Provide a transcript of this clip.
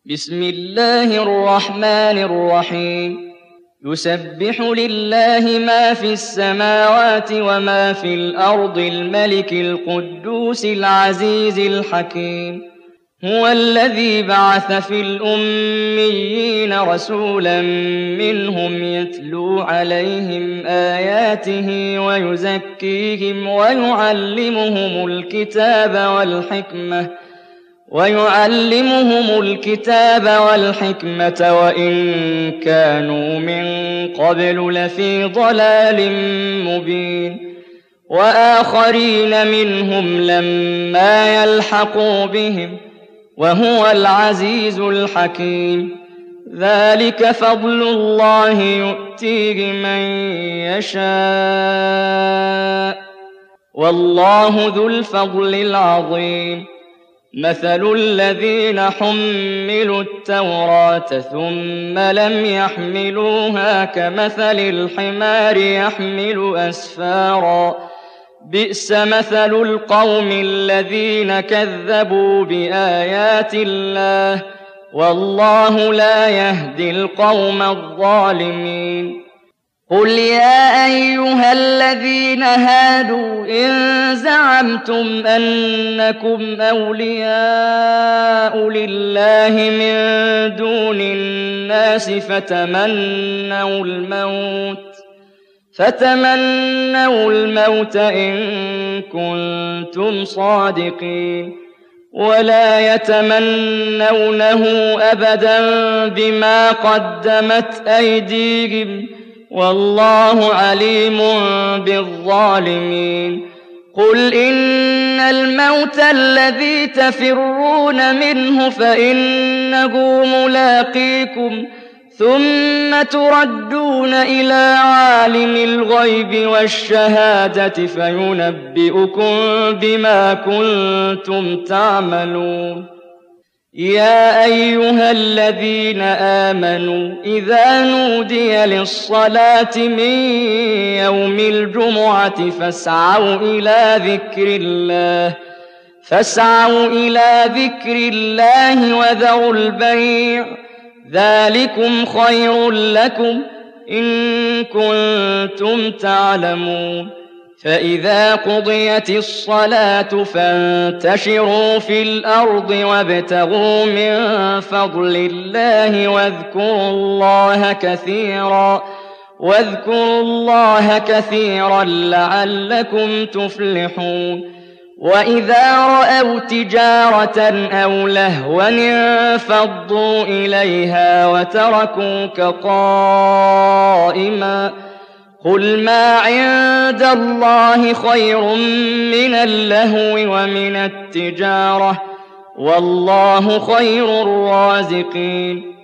بسم الله الرحمن الرحيم يسبح لله ما في السماوات وما في الأرض الملك القدوس العزيز الحكيم هو الذي بعث في الأميين رسولا منهم يتلو عليهم آياته ويزكيهم ويعلمهم الكتاب والحكمة وإن كانوا من قبل لفي ضلال مبين وآخرين منهم لما يلحقوا بهم وهو العزيز الحكيم ذلك فضل الله يؤتيه من يشاء والله ذو الفضل العظيم مثل الذين حملوا التوراة ثم لم يحملوها كمثل الحمار يحمل أسفارا بئس مثل القوم الذين كذبوا بآيات الله والله لا يهدي القوم الظالمين قل يا أيها الذين هادوا إن زعمتم أنكم أولياء لله من دون الناس فتمنوا الموت إن كنتم صادقين ولا يتمنونه أبدا بما قدمت أيديهم والله عليم بالظالمين قل إن الموت الذي تفرون منه فإنه ملاقيكم ثم تردون إلى عالم الغيب والشهادة فينبئكم بما كنتم تعملون يا أيها الذين آمنوا إذا نودي للصلاة من يوم الجمعة فاسعوا إلى ذكر الله وذروا البيع ذلكم خير لكم إن كنتم تعلمون فإذا قضيت الصلاة فانتشروا في الأرض وابتغوا من فضل الله واذكروا الله كثيرا لعلكم تفلحون وإذا رأوا تجارة أو لهوا انفضوا إليها وتركوك قائما قل ما عند الله خير من اللهو ومن التجارة والله خير الرازقين